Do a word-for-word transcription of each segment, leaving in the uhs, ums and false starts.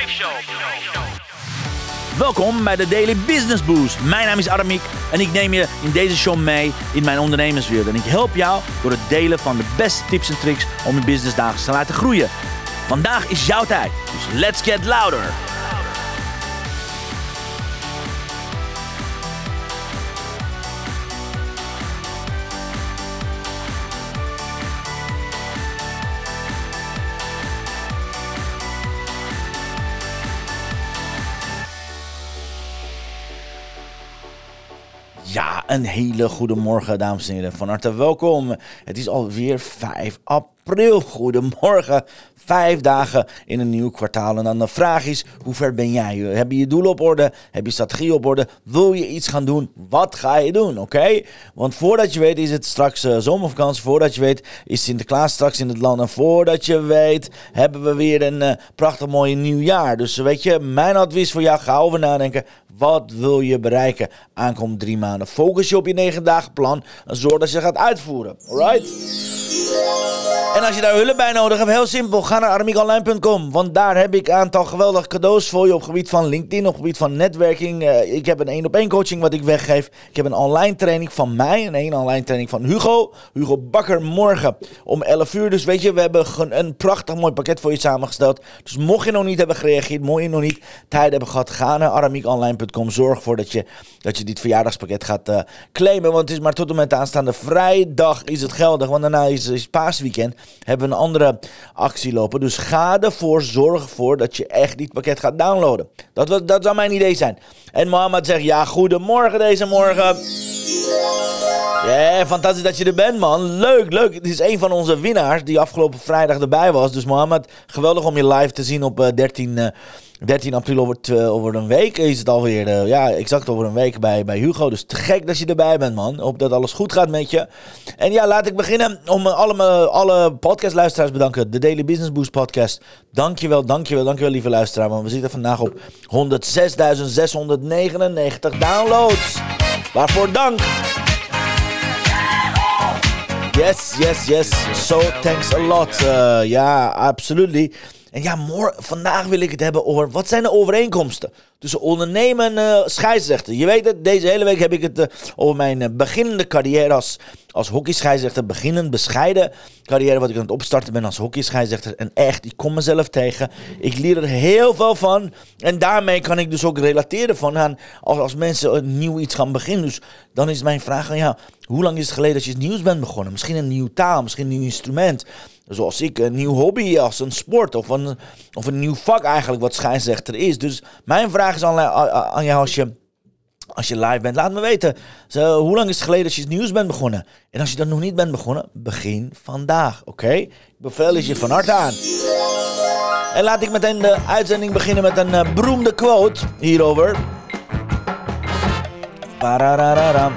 Welkom bij de Daily Business Boost. Mijn naam is Aramik en ik neem je in deze show mee in mijn ondernemerswereld. En ik help jou door het delen van de beste tips en tricks om je business dagelijks te laten groeien. Vandaag is jouw tijd, dus let's get louder. Ja, een hele goede morgen, dames en heren. Van harte welkom. Het is alweer vijf april. Goedemorgen. Vijf dagen in een nieuw kwartaal. En dan de vraag is, hoe ver ben jij? Heb je je doelen op orde? Heb je strategie op orde? Wil je iets gaan doen? Wat ga je doen? Oké? Okay? Want voordat je weet is het straks uh, zomervakantie. Voordat je weet is Sinterklaas straks in het land. En voordat je weet hebben we weer een uh, prachtig mooi nieuwjaar. Dus weet je, mijn advies voor jou, ga over nadenken. Wat wil je bereiken aankomende drie maanden? Focus je op je negen dagen plan en zorg dat je gaat uitvoeren. Alright? En als je daar hulp bij nodig hebt, heel simpel, ga naar aramik online punt com. Want daar heb ik een aantal geweldige cadeaus voor je op het gebied van LinkedIn, op het gebied van netwerking. Uh, ik heb een één op één coaching wat ik weggeef. Ik heb een online training van mij, een één online training van Hugo. Hugo Bakker morgen om elf uur. Dus weet je, we hebben een prachtig mooi pakket voor je samengesteld. Dus mocht je nog niet hebben gereageerd, mocht je nog niet tijd hebben gehad, ga naar aramik online punt com. Zorg ervoor dat je, dat je dit verjaardagspakket gaat uh, claimen. Want het is maar tot en met de aanstaande vrijdag is het geldig. Want daarna is, is paasweekend. Hebben we een andere actie lopen. Dus ga ervoor, zorg ervoor dat je echt dit pakket gaat downloaden. Dat, dat zou mijn idee zijn. En Mohammed zegt, ja, goedemorgen deze morgen. Ja, fantastisch dat je er bent, man. Leuk, leuk. Het is een van onze winnaars die afgelopen vrijdag erbij was. Dus Mohammed, geweldig om je live te zien op uh, dertien april over, t- over een week is het alweer. Uh, ja, exact over een week bij, bij Hugo. Dus te gek dat je erbij bent, man. Hoop dat alles goed gaat met je. En ja, laat ik beginnen om alle, alle podcastluisteraars bedanken. De Daily Business Boost podcast. Dankjewel, dankjewel, dankjewel lieve luisteraar. Want we zitten vandaag op honderdzesduizend zeshonderdnegenennegentig downloads. Waarvoor dank. Yes, yes, yes. So thanks a lot. Uh, ja, absolutely. En ja, more, vandaag wil ik het hebben over wat zijn de overeenkomsten tussen ondernemen en uh, scheidsrechter. Je weet het, deze hele week heb ik het uh, over mijn uh, beginnende carrière als, als hockeyscheidsrechter. Beginnend, bescheiden carrière wat ik aan het opstarten ben als hockeyscheidsrechter. En echt, ik kom mezelf tegen. Ik leer er heel veel van. En daarmee kan ik dus ook relateren van aan als, als mensen een nieuw iets gaan beginnen. Dus dan is mijn vraag aan jou, hoe lang is het geleden dat je iets nieuws bent begonnen? Misschien een nieuwe taal, misschien een nieuw instrument. Zoals ik, een nieuw hobby als een sport of een, of een nieuw vak eigenlijk wat scheidsrechter is. Dus mijn vraag is aan, aan jou als je, als je live bent. Laat me weten, zo, hoe lang is het geleden dat je iets nieuws bent begonnen? En als je dat nog niet bent begonnen, begin vandaag, oké? Okay? Ik beveel je van harte aan. En laat ik meteen de uitzending beginnen met een uh, beroemde quote hierover. Pararararam.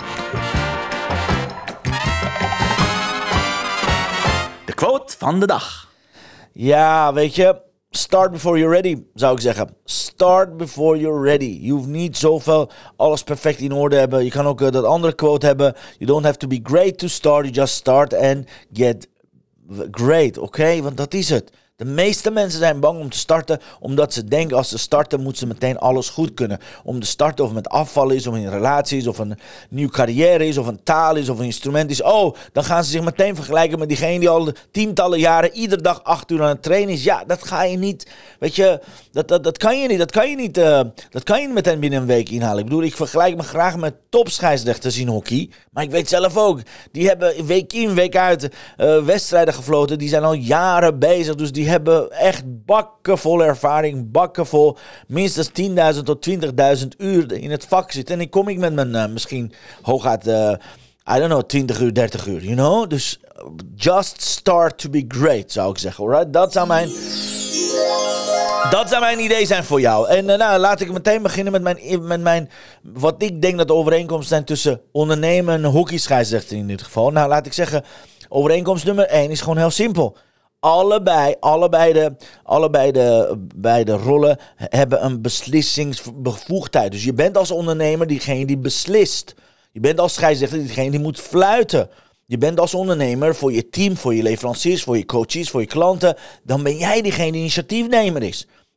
Quote van de dag. Ja, weet je, start before you're ready, zou ik zeggen. Start before you're ready. Je hoeft niet zoveel alles perfect in orde hebben. Je kan ook uh, dat andere quote hebben. You don't have to be great to start. You just start and get great. Oké, okay? Want dat is het. De meeste mensen zijn bang om te starten, omdat ze denken als ze starten moeten ze meteen alles goed kunnen. Om te starten of met afval is, of in een relatie is, of een nieuwe carrière is, of een taal is, of een instrument is. Oh, dan gaan ze zich meteen vergelijken met diegene die al tientallen jaren iedere dag acht uur aan het trainen is. Ja, dat ga je niet, weet je, dat, dat, dat kan je niet, dat kan je niet, uh, dat kan je niet meteen binnen een week inhalen. Ik bedoel, ik vergelijk me graag met topscheidsrechters in hockey, maar ik weet zelf ook, die hebben week in, week uit uh, wedstrijden gefloten, die zijn al jaren bezig, dus die hebben echt bakken vol ervaring, bakken vol minstens tienduizend tot twintigduizend uur in het vak zitten. En ik kom ik met mijn uh, misschien hooguit, uh, I don't know, twintig uur, dertig uur, you know? Dus just start to be great, zou ik zeggen, alright? Dat zou mijn... Dat zou mijn idee zijn voor jou. En uh, nou, laat ik meteen beginnen met mijn, met mijn... Wat ik denk dat de overeenkomsten zijn tussen ondernemen en hockeyscheidsrechter in dit geval. Nou, laat ik zeggen, overeenkomst nummer één is gewoon heel simpel. Allebei, allebei, de, allebei de, beide rollen hebben een beslissingsbevoegdheid. Dus je bent als ondernemer diegene die beslist. Je bent als scheidsrechter diegene die moet fluiten. Je bent als ondernemer voor je team, voor je leveranciers, voor je coaches, voor je klanten. Dan ben jij diegene die initiatiefnemer is.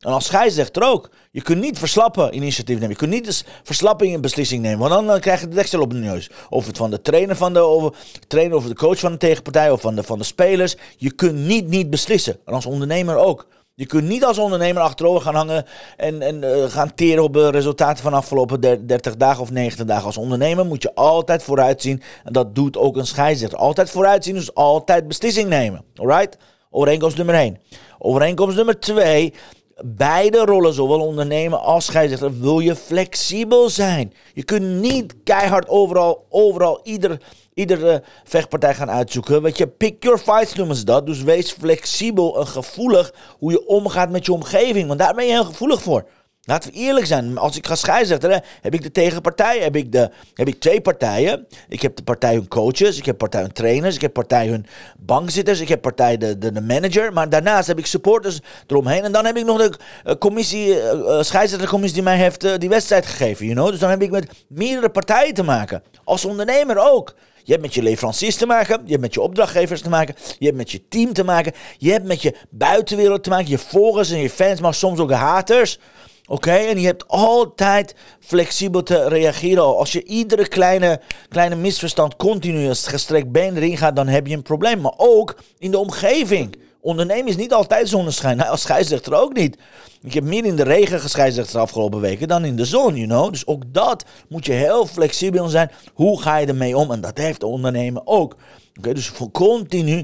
En als scheidsrechter ook. Je kunt niet verslappen initiatief nemen. Je kunt niet dus verslapping in beslissing nemen. Want dan, dan krijg je de deksel op de neus. Of het van de trainer van de, over, trainer of de coach van de tegenpartij. Of van de, van de spelers. Je kunt niet niet beslissen. En als ondernemer ook. Je kunt niet als ondernemer achterover gaan hangen en, en uh, gaan teren op de resultaten van de afgelopen dertig dagen of negentig dagen. Als ondernemer moet je altijd vooruitzien. En dat doet ook een scheidsrechter. Altijd vooruitzien, dus altijd beslissing nemen. Alright? Overeenkomst nummer één. Overeenkomst nummer twee. Beide rollen, zowel ondernemer als scheidsrechter, wil je flexibel zijn. Je kunt niet keihard overal, overal ieder, iedere vechtpartij gaan uitzoeken. Weet je, pick your fights noemen ze dat. Dus wees flexibel en gevoelig hoe je omgaat met je omgeving. Want daar ben je heel gevoelig voor. Laten we eerlijk zijn. Als ik ga scheidsrechteren, heb ik de tegenpartij, heb ik, de, heb ik twee partijen. Ik heb de partij hun coaches, ik heb partij hun trainers, ik heb partij hun bankzitters, ik heb partij de, de, de manager. Maar daarnaast heb ik supporters eromheen. En dan heb ik nog de uh, commissie, uh, scheidsrechtercommissie die mij heeft uh, die wedstrijd gegeven. You know? Dus dan heb ik met meerdere partijen te maken. Als ondernemer ook. Je hebt met je leveranciers te maken, je hebt met je opdrachtgevers te maken, je hebt met je team te maken, je hebt met je buitenwereld te maken, je volgers en je fans, maar soms ook de haters. Oké, okay? En je hebt altijd flexibel te reageren. Als je iedere kleine, kleine misverstand continu als gestrekt been erin gaat, dan heb je een probleem. Maar ook in de omgeving. Ondernemen is niet altijd zonneschijn. Nou, als scheidsrechter ook niet. Ik heb meer in de regen gescheidsrechter de afgelopen weken dan in de zon, you know. Dus ook dat moet je heel flexibel zijn. Hoe ga je ermee om? En dat heeft de ondernemer ook. Oké, okay? Dus voor continu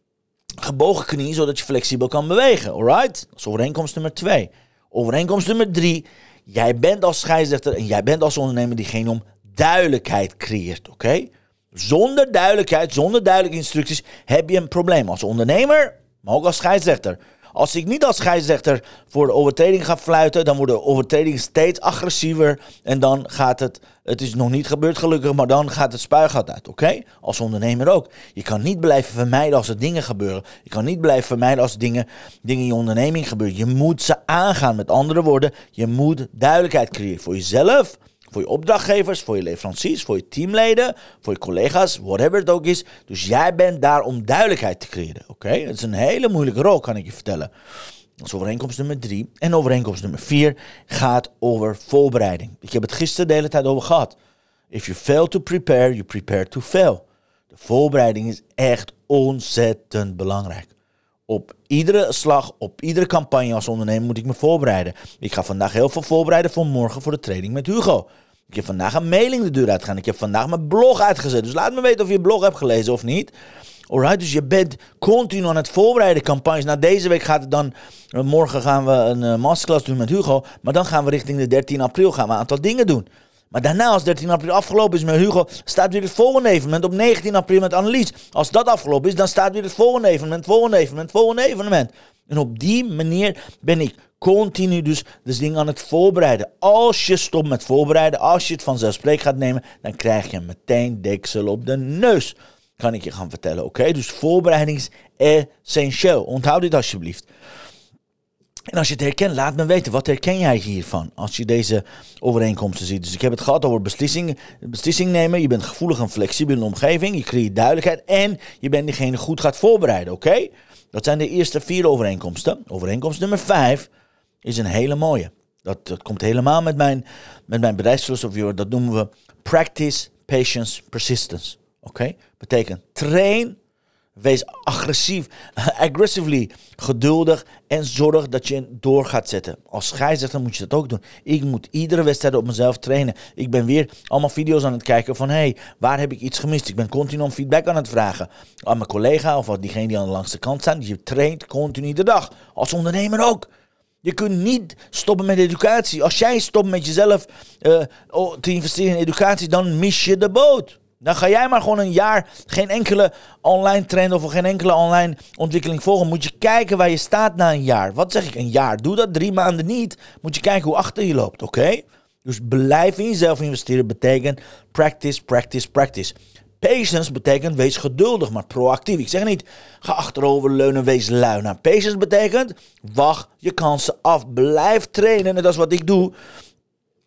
gebogen knie, zodat je flexibel kan bewegen. Alright? Dat is overeenkomst nummer twee. Overeenkomst nummer drie. Jij bent als scheidsrechter en jij bent als ondernemer diegene om duidelijkheid creëert. Oké? Okay? Zonder duidelijkheid, zonder duidelijke instructies heb je een probleem. Als ondernemer, maar ook als scheidsrechter. Als ik niet als scheidsrechter voor de overtreding ga fluiten, dan wordt de overtreding steeds agressiever. En dan gaat het, het is nog niet gebeurd gelukkig, maar dan gaat het spuigat uit. Oké? Okay? Als ondernemer ook. Je kan niet blijven vermijden als er dingen gebeuren. Je kan niet blijven vermijden als dingen, dingen in je onderneming gebeuren. Je moet ze aangaan. Met andere woorden, je moet duidelijkheid creëren voor jezelf, voor je opdrachtgevers, voor je leveranciers, voor je teamleden, voor je collega's, whatever het ook is. Dus jij bent daar om duidelijkheid te creëren. Oké? Okay? Het is een hele moeilijke rol, kan ik je vertellen. Dat is overeenkomst nummer drie. En overeenkomst nummer vier gaat over voorbereiding. Ik heb het gisteren de hele tijd over gehad. If you fail to prepare, you prepare to fail. De voorbereiding is echt ontzettend belangrijk. Op iedere slag, op iedere campagne als ondernemer moet ik me voorbereiden. Ik ga vandaag heel veel voorbereiden voor morgen voor de training met Hugo. Ik heb vandaag een mailing de deur uitgegaan. Ik heb vandaag mijn blog uitgezet. Dus laat me weten of je je blog hebt gelezen of niet. Alright, dus je bent continu aan het voorbereiden campagnes. Nou, deze week gaat het dan, morgen gaan we een uh, masterclass doen met Hugo. Maar dan gaan we richting de dertien april gaan we een aantal dingen doen. Maar daarna, als dertien april afgelopen is met Hugo, staat weer het volgende evenement op negentien april met Annelies. Als dat afgelopen is, dan staat weer het volgende evenement, volgende evenement, volgende evenement. En op die manier ben ik continu dus, dus dingen aan het voorbereiden. Als je stopt met voorbereiden, als je het vanzelfsprekend gaat nemen, dan krijg je meteen deksel op de neus. Kan ik je gaan vertellen, oké? Okay? Dus voorbereiding is essentieel. Onthoud dit alsjeblieft. En als je het herkent, laat me weten. Wat herken jij hiervan als je deze overeenkomsten ziet? Dus ik heb het gehad over beslissing, beslissing nemen. Je bent gevoelig en flexibel in de omgeving. Je creëert duidelijkheid. En je bent degene goed gaat voorbereiden, oké? Okay? Dat zijn de eerste vier overeenkomsten. Overeenkomst nummer vijf is een hele mooie. Dat, dat komt helemaal met mijn, met mijn bedrijfsfilosofie. Dat noemen we practice, patience, persistence. Oké? Okay? Betekent train, wees agressief, aggressively geduldig en zorg dat je door gaat zetten. Als scheidsrechter moet je dat ook doen. Ik moet iedere wedstrijd op mezelf trainen. Ik ben weer allemaal video's aan het kijken van, hé, hey, waar heb ik iets gemist? Ik ben continu om feedback aan het vragen aan mijn collega of diegene die aan de langste kant staan. Je traint continu de dag. Als ondernemer ook. Je kunt niet stoppen met educatie. Als jij stopt met jezelf uh, te investeren in educatie, dan mis je de boot. Dan ga jij maar gewoon een jaar geen enkele online trend of geen enkele online ontwikkeling volgen. Moet je kijken waar je staat na een jaar. Wat zeg ik? Een jaar. Doe dat drie maanden niet. Moet je kijken hoe achter je loopt, oké? Okay? Dus blijf in jezelf investeren betekent practice, practice, practice. Patience betekent wees geduldig, maar proactief. Ik zeg niet, ga achterover leunen, wees lui. Nou, patience betekent, wacht je kansen af. Blijf trainen. En dat is wat ik doe.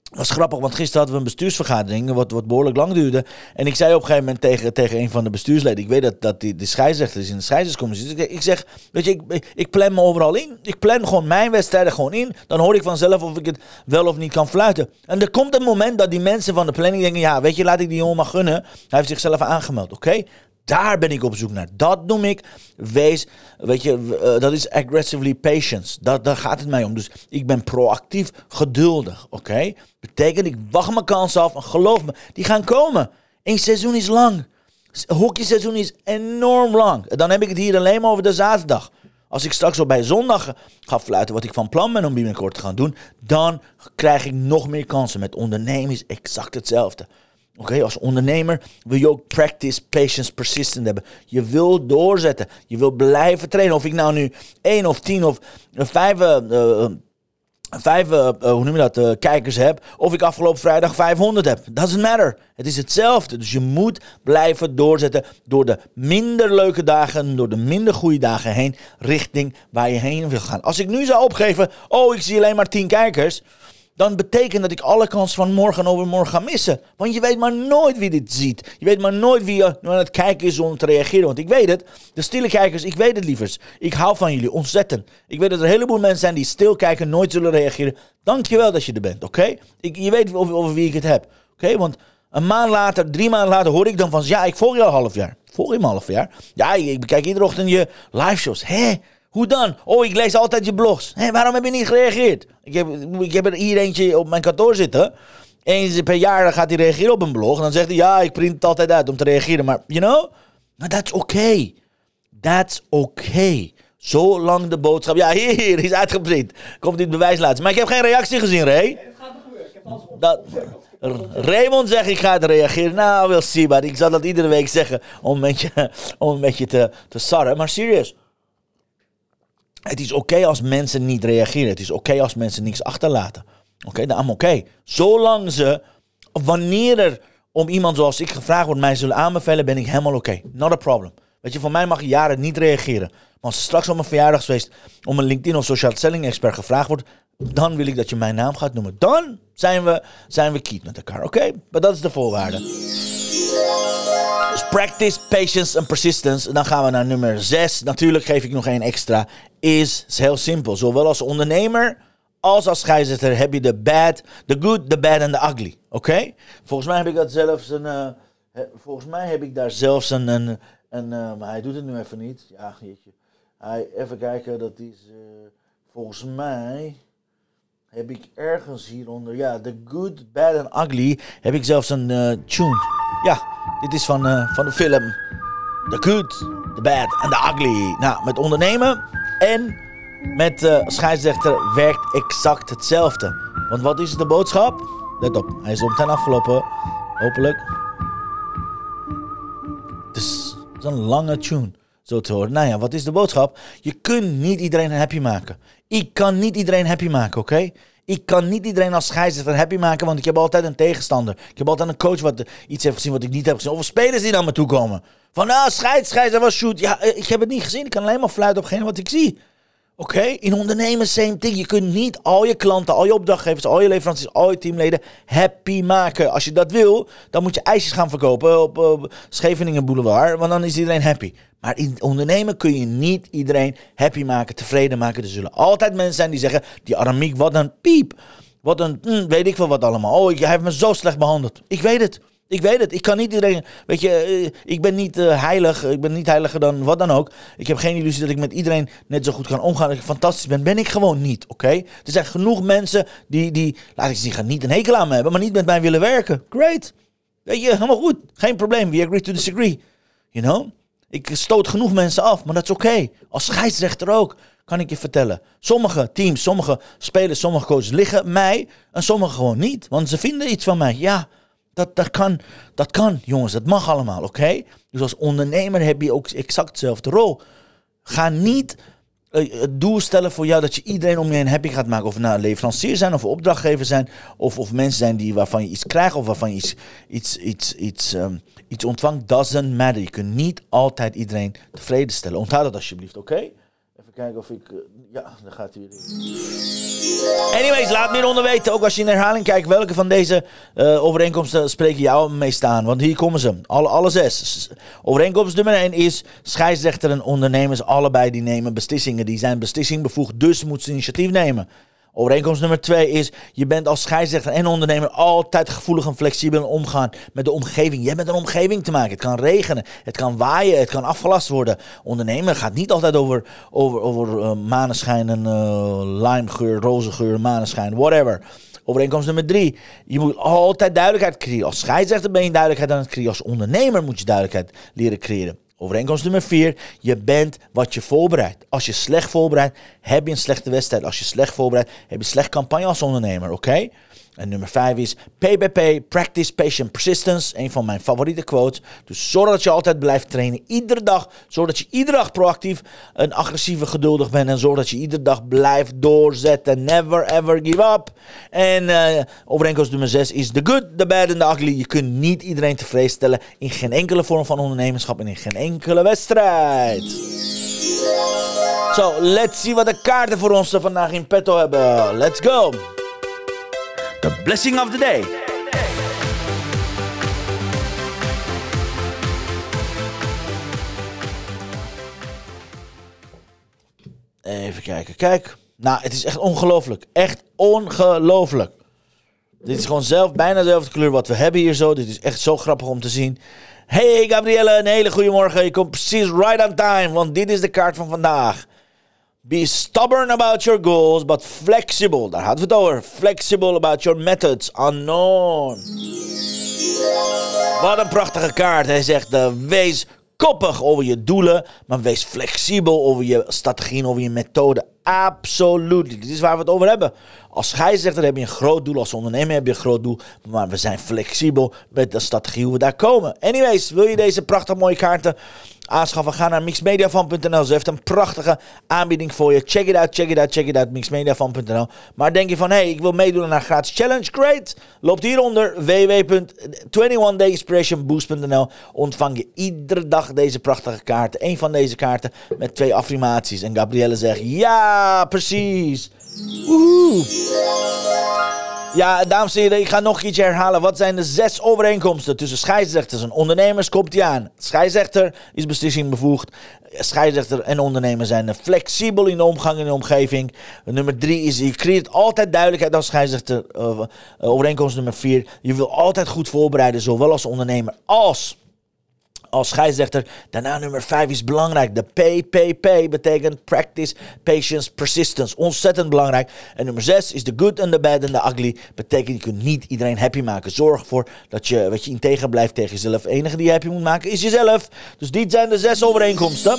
was grappig, want gisteren hadden we een bestuursvergadering, wat, wat behoorlijk lang duurde. En ik zei op een gegeven moment tegen, tegen een van de bestuursleden, ik weet dat, dat die, de scheidsrechter is in de scheidsrechterscommissie. Dus ik, ik zeg, weet je, ik, ik plan me overal in. Ik plan gewoon mijn wedstrijden gewoon in. Dan hoor ik vanzelf of ik het wel of niet kan fluiten. En er komt een moment dat die mensen van de planning denken, ja, weet je, laat ik die jongen maar gunnen. Hij heeft zichzelf aangemeld, oké? Okay? Daar ben ik op zoek naar. Dat noem ik, wees, weet je, uh, dat is aggressively patience. Dat, daar gaat het mij om. Dus ik ben proactief geduldig, oké? Okay? Betekent, ik wacht mijn kans af en geloof me, die gaan komen. Een seizoen is lang. Hockeyseizoen is enorm lang. Dan heb ik het hier alleen maar over de zaterdag. Als ik straks al bij zondag ga fluiten wat ik van plan ben om binnenkort te gaan doen, dan krijg ik nog meer kansen. Met ondernemen is exact hetzelfde. Oké, okay, als ondernemer wil je ook practice, patience, persistent hebben. Je wil doorzetten. Je wil blijven trainen. Of ik nou nu één of tien of vijf, uh, vijf uh, hoe noem je dat, uh, kijkers heb. Of ik afgelopen vrijdag vijfhonderd heb. Doesn't matter. Het is hetzelfde. Dus je moet blijven doorzetten door de minder leuke dagen, door de minder goede dagen heen, richting waar je heen wil gaan. Als ik nu zou opgeven, oh, ik zie alleen maar tien kijkers, dan betekent dat ik alle kans van morgen en overmorgen ga missen. Want je weet maar nooit wie dit ziet. Je weet maar nooit wie aan het kijken is om te reageren. Want ik weet het, de stille kijkers, ik weet het lieverd. Ik hou van jullie, ontzettend. Ik weet dat er een heleboel mensen zijn die stil kijken, nooit zullen reageren. Dankjewel dat je er bent, oké? Okay? Je weet over, over wie ik het heb, oké? Okay? Want een maand later, drie maanden later hoor ik dan van, ja, ik volg je al een half jaar. Volg je me al een half jaar? Ja, ik bekijk iedere ochtend je live shows. Hé? Hoe dan? Oh, ik lees altijd je blogs. Hé, waarom heb je niet gereageerd? Ik heb, ik heb er hier eentje op mijn kantoor zitten. Eens per jaar gaat hij reageren op een blog. En dan zegt hij, ja, ik print het altijd uit om te reageren. Maar, you know, maar that's okay. That's okay. Zolang de boodschap, ja, hier is uitgeprint. Komt dit bewijs laten. Maar ik heb geen reactie gezien, Ray. Nee, dat gaat nog gebeuren. Ik heb alles op. Dat, Raymond zegt, ik ga het reageren. Nou, we'll see, maar ik zal dat iedere week zeggen om een beetje, om een beetje te, te sarren. Maar serieus. Het is oké okay als mensen niet reageren. Het is oké okay als mensen niks achterlaten. Oké, okay, dan am oké. Okay. Zolang ze, wanneer er om iemand zoals ik gevraagd wordt mij zullen aanbevelen, ben ik helemaal oké. Okay. Not a problem. Weet je, voor mij mag je jaren niet reageren. Maar als er straks op een verjaardagsfeest om een LinkedIn of social selling expert gevraagd wordt, dan wil ik dat je mijn naam gaat noemen. Dan zijn we, zijn we kiet met elkaar. Oké, okay? Maar dat is de voorwaarde. Dus practice, patience en persistence. Dan gaan we naar nummer zes. Natuurlijk geef ik nog één extra. Is, is heel simpel. Zowel als ondernemer als als scheidsrechter heb je de bad, the good, the bad en the ugly. Oké? Okay? Volgens mij heb ik dat zelfs een... Uh, he, volgens mij heb ik daar zelfs een... een, een uh, maar hij doet het nu even niet. Ja, jeetje. Hij, even kijken, dat is... Uh, volgens mij... heb ik ergens hieronder... Ja, the good, bad en ugly... heb ik zelfs een uh, tune. Ja, dit is van, uh, van de film... The good, the bad en the ugly. Nou, met ondernemen en met uh, scheidsrechter werkt exact hetzelfde. Want wat is de boodschap? Let op, hij is meteen afgelopen. Hopelijk. Dus, het is een lange tune. Zo te horen. Nou ja, wat is de boodschap? Je kunt niet iedereen happy maken. Ik kan niet iedereen happy maken, oké? Okay? Ik kan niet iedereen als scheidsrechter happy maken, want ik heb altijd een tegenstander. Ik heb altijd een coach wat iets heeft gezien wat ik niet heb gezien. Of spelers die naar me toe komen. Van, nou, scheids, scheids, dat was shoot. Ja, ik heb het niet gezien. Ik kan alleen maar fluiten op geen wat ik zie. Oké? Okay? In ondernemen, same thing. Je kunt niet al je klanten, al je opdrachtgevers, al je leveranciers, al je teamleden happy maken. Als je dat wil, dan moet je ijsjes gaan verkopen op, op Scheveningen Boulevard, want dan is iedereen happy. Maar in ondernemen kun je niet iedereen happy maken, tevreden maken. Er zullen altijd mensen zijn die zeggen, die Aramiek, wat een piep. Wat een, hm, weet ik veel wat allemaal. Oh, hij heeft me zo slecht behandeld. Ik weet het. Ik weet het. Ik kan niet iedereen... Weet je, ik ben niet uh, heilig. Ik ben niet heiliger dan wat dan ook. Ik heb geen illusie dat ik met iedereen net zo goed kan omgaan. Dat ik fantastisch ben. Ben ik gewoon niet, oké? Okay? Er zijn genoeg mensen die, die... Laat ik zeggen, niet een hekel aan me hebben, maar niet met mij willen werken. Great. Weet je, helemaal goed. Geen probleem. We agree to disagree. You know? Ik stoot genoeg mensen af, maar dat is oké. Okay. Als scheidsrechter ook, kan ik je vertellen. Sommige teams, sommige spelers, sommige coaches liggen mij en sommige gewoon niet. Want ze vinden iets van mij. Ja, dat, dat, kan, dat kan, jongens. Dat mag allemaal, oké? Okay? Dus als ondernemer heb je ook exact dezelfde rol. Ga niet uh, het doel stellen voor jou dat je iedereen om je heen happy gaat maken. Of het nou een leverancier zijn, of een opdrachtgever zijn. Of, of mensen zijn die, waarvan je iets krijgt, of waarvan je iets, iets, iets, iets, um, iets ontvangt. Doesn't matter. Je kunt niet altijd iedereen tevreden stellen. Onthoud dat alsjeblieft, oké? Okay? Even kijken of ik... Uh, ja, daar gaat hij weer in. Anyways, laat me hieronder weten, ook als je in herhaling kijkt, welke van deze uh, overeenkomsten spreken jou meest aan. Want hier komen ze, alle, alle zes. Overeenkomst nummer één is, scheidsrechter en ondernemers, allebei die nemen beslissingen. Die zijn beslissingbevoegd, dus moeten ze initiatief nemen. Overeenkomst nummer twee is, je bent als scheidsrechter en ondernemer altijd gevoelig en flexibel in omgaan met de omgeving. Je hebt met een omgeving te maken. Het kan regenen, het kan waaien, het kan afgelast worden. Ondernemer gaat niet altijd over, over, over uh, maneschijn en uh, lijmgeur, rozengeur, maneschijn, whatever. Overeenkomst nummer drie, je moet altijd duidelijkheid creëren. Als scheidsrechter ben je duidelijkheid aan het creëren. Als ondernemer moet je duidelijkheid leren creëren. Overeenkomst nummer vier, je bent wat je voorbereidt. Als je slecht voorbereidt, heb je een slechte wedstrijd. Als je slecht voorbereidt, heb je een slecht campagne als ondernemer, oké? Okay? En nummer vijf is P B P, Practice, Patience, Persistence. Een van mijn favoriete quotes. Dus zorg dat je altijd blijft trainen. Iedere dag. Zorg dat je iedere dag proactief en agressief en geduldig bent. En zorg dat je iedere dag blijft doorzetten. Never ever give up. En uh, overeenkomst nummer zes is the good, the bad and the ugly. Je kunt niet iedereen tevreden stellen in geen enkele vorm van ondernemerschap en in geen enkele wedstrijd. Zo, so, let's see wat de kaarten voor ons vandaag in petto hebben. Let's go. The blessing of the day. Even kijken, kijk. Nou, het is echt ongelooflijk. Echt ongelooflijk. Dit is gewoon zelf, bijna dezelfde kleur wat we hebben hier zo. Dit is echt zo grappig om te zien. Hey Gabrielle, een hele goede morgen. Je komt precies right on time, want dit is de kaart van vandaag. Be stubborn about your goals, but flexible. Daar hadden we het over. Flexible about your methods. Unknown. Wat een prachtige kaart. Hij zegt, uh, wees koppig over je doelen, maar wees flexibel over je strategieën, over je methode. Absoluut. Dit is waar we het over hebben. Als scheidsrechter heb je een groot doel, als ondernemer heb je een groot doel, maar we zijn flexibel met de strategie hoe we daar komen. Anyways, wil je deze prachtig mooie kaarten aanschaffen? Ga naar mixmediafan punt n l. Ze heeft een prachtige aanbieding voor je. Check it out, check it out, check it out. mixmediafan punt n l. Maar denk je van, hé, hey, ik wil meedoen aan een gratis challenge? Great. Loopt hieronder w w w punt eenentwintig day inspiration boost punt n l. Ontvang je iedere dag deze prachtige kaarten. Eén van deze kaarten met twee affirmaties. En Gabrielle zegt, ja, precies. Woehoe. Ja, dames en heren, ik ga nog een keertje herhalen. Wat zijn de zes overeenkomsten tussen scheidsrechters en ondernemers? Komt die aan. Scheidsrechter is beslissingbevoegd. Scheidsrechter en ondernemer zijn flexibel in de omgang in de omgeving. Nummer drie is, je creëert altijd duidelijkheid als scheidsrechter. Uh, overeenkomst nummer vier, je wil altijd goed voorbereiden, zowel als ondernemer als als scheidsrechter. Daarna nummer vijf is belangrijk. De P P P betekent Practice, Patience, Persistence. Ontzettend belangrijk. En nummer zes is the good and the bad and the ugly. Betekent je kunt niet iedereen happy maken. Zorg ervoor dat je, dat je integer blijft tegen jezelf. De enige die je happy moet maken is jezelf. Dus dit zijn de zes overeenkomsten.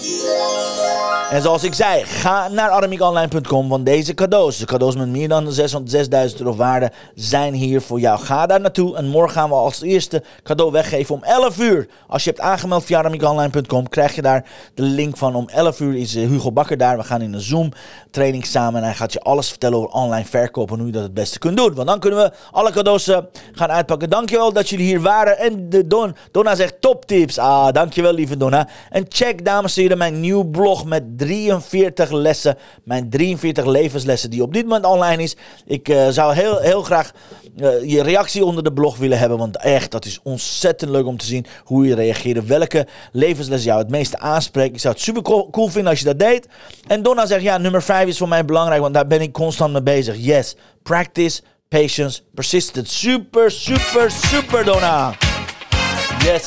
En zoals ik zei, ga naar aramik online punt com, want deze cadeaus, de cadeaus met meer dan zesduizend euro waarde, zijn hier voor jou. Ga daar naartoe en morgen gaan we als eerste cadeau weggeven om elf uur. Als je hebt aangemeld via aramik online punt com, krijg je daar de link van. Om elf uur is Hugo Bakker daar. We gaan in een Zoom training samen en hij gaat je alles vertellen over online verkopen en hoe je dat het beste kunt doen. Want dan kunnen we alle cadeaus uh, gaan uitpakken. Dankjewel dat jullie hier waren. En de Don, Donna zegt toptips. Ah, dankjewel lieve Donna. En check, dames en heren, mijn nieuw blog met drieënveertig lessen. Mijn drieënveertig levenslessen die op dit moment online is. Ik uh, zou heel, heel graag uh, je reactie onder de blog willen hebben. Want echt, dat is ontzettend leuk om te zien hoe je reageert. Welke levensles jou het meeste aanspreekt. Ik zou het super cool vinden als je dat deed. En Donna zegt, ja, nummer vijf is voor mij belangrijk. Want daar ben ik constant mee bezig. Yes, practice, patience, persistence. Super, super, super Donna. Yes.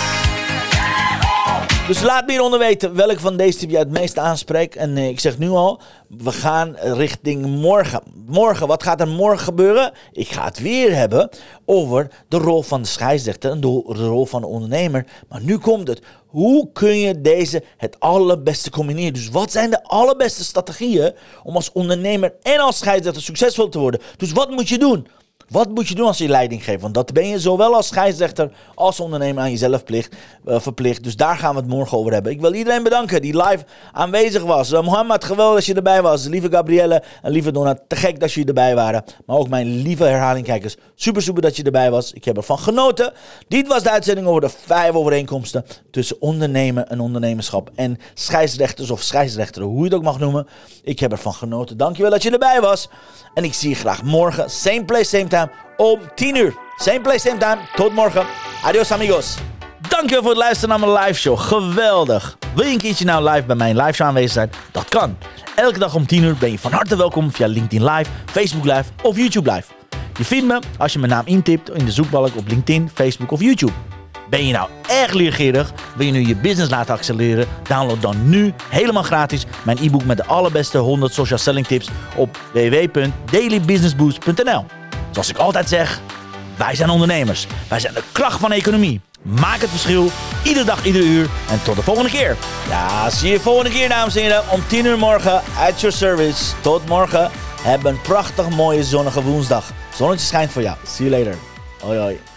Dus laat me hieronder weten welke van deze tips jij het meest aanspreekt. En uh, ik zeg nu al, we gaan richting morgen. Morgen, wat gaat er morgen gebeuren? Ik ga het weer hebben over de rol van de scheidsrechter en de rol van de ondernemer. Maar nu komt het. Hoe kun je deze het allerbeste combineren? Dus wat zijn de allerbeste strategieën om als ondernemer en als scheidsrechter succesvol te worden? Dus wat moet je doen? Wat moet je doen als je leiding geeft? Want dat ben je zowel als scheidsrechter als ondernemer aan jezelf plicht, uh, verplicht. Dus daar gaan we het morgen over hebben. Ik wil iedereen bedanken die live aanwezig was. Uh, Mohammed, geweldig dat je erbij was. Lieve Gabrielle en lieve Donna, te gek dat jullie erbij waren. Maar ook mijn lieve herhalingkijkers, super super dat je erbij was. Ik heb ervan genoten. Dit was de uitzending over de vijf overeenkomsten tussen ondernemen en ondernemerschap. En scheidsrechters of scheidsrechteren, hoe je het ook mag noemen. Ik heb ervan genoten. Dankjewel dat je erbij was. En ik zie je graag morgen. Same place, same time. Om tien uur. Same place, same time. Tot morgen. Adios amigos. Dankjewel voor het luisteren naar mijn live show. Geweldig. Wil je een keertje nou live bij mijn live show aanwezig zijn? Dat kan. Elke dag om tien uur ben je van harte welkom via LinkedIn Live, Facebook Live of YouTube Live. Je vindt me als je mijn naam intipt in de zoekbalk op LinkedIn, Facebook of YouTube. Ben je nou erg leergierig? Wil je nu je business laten accelereren? Download dan nu helemaal gratis mijn e-book met de allerbeste honderd social selling tips op w w w punt daily business boost punt n l. Zoals ik altijd zeg, wij zijn ondernemers. Wij zijn de kracht van de economie. Maak het verschil, iedere dag, iedere uur. En tot de volgende keer. Ja, zie je volgende keer, dames en heren. Om tien uur morgen, at your service. Tot morgen. Heb een prachtig mooie zonnige woensdag. Zonnetje schijnt voor jou. See you later. Hoi hoi.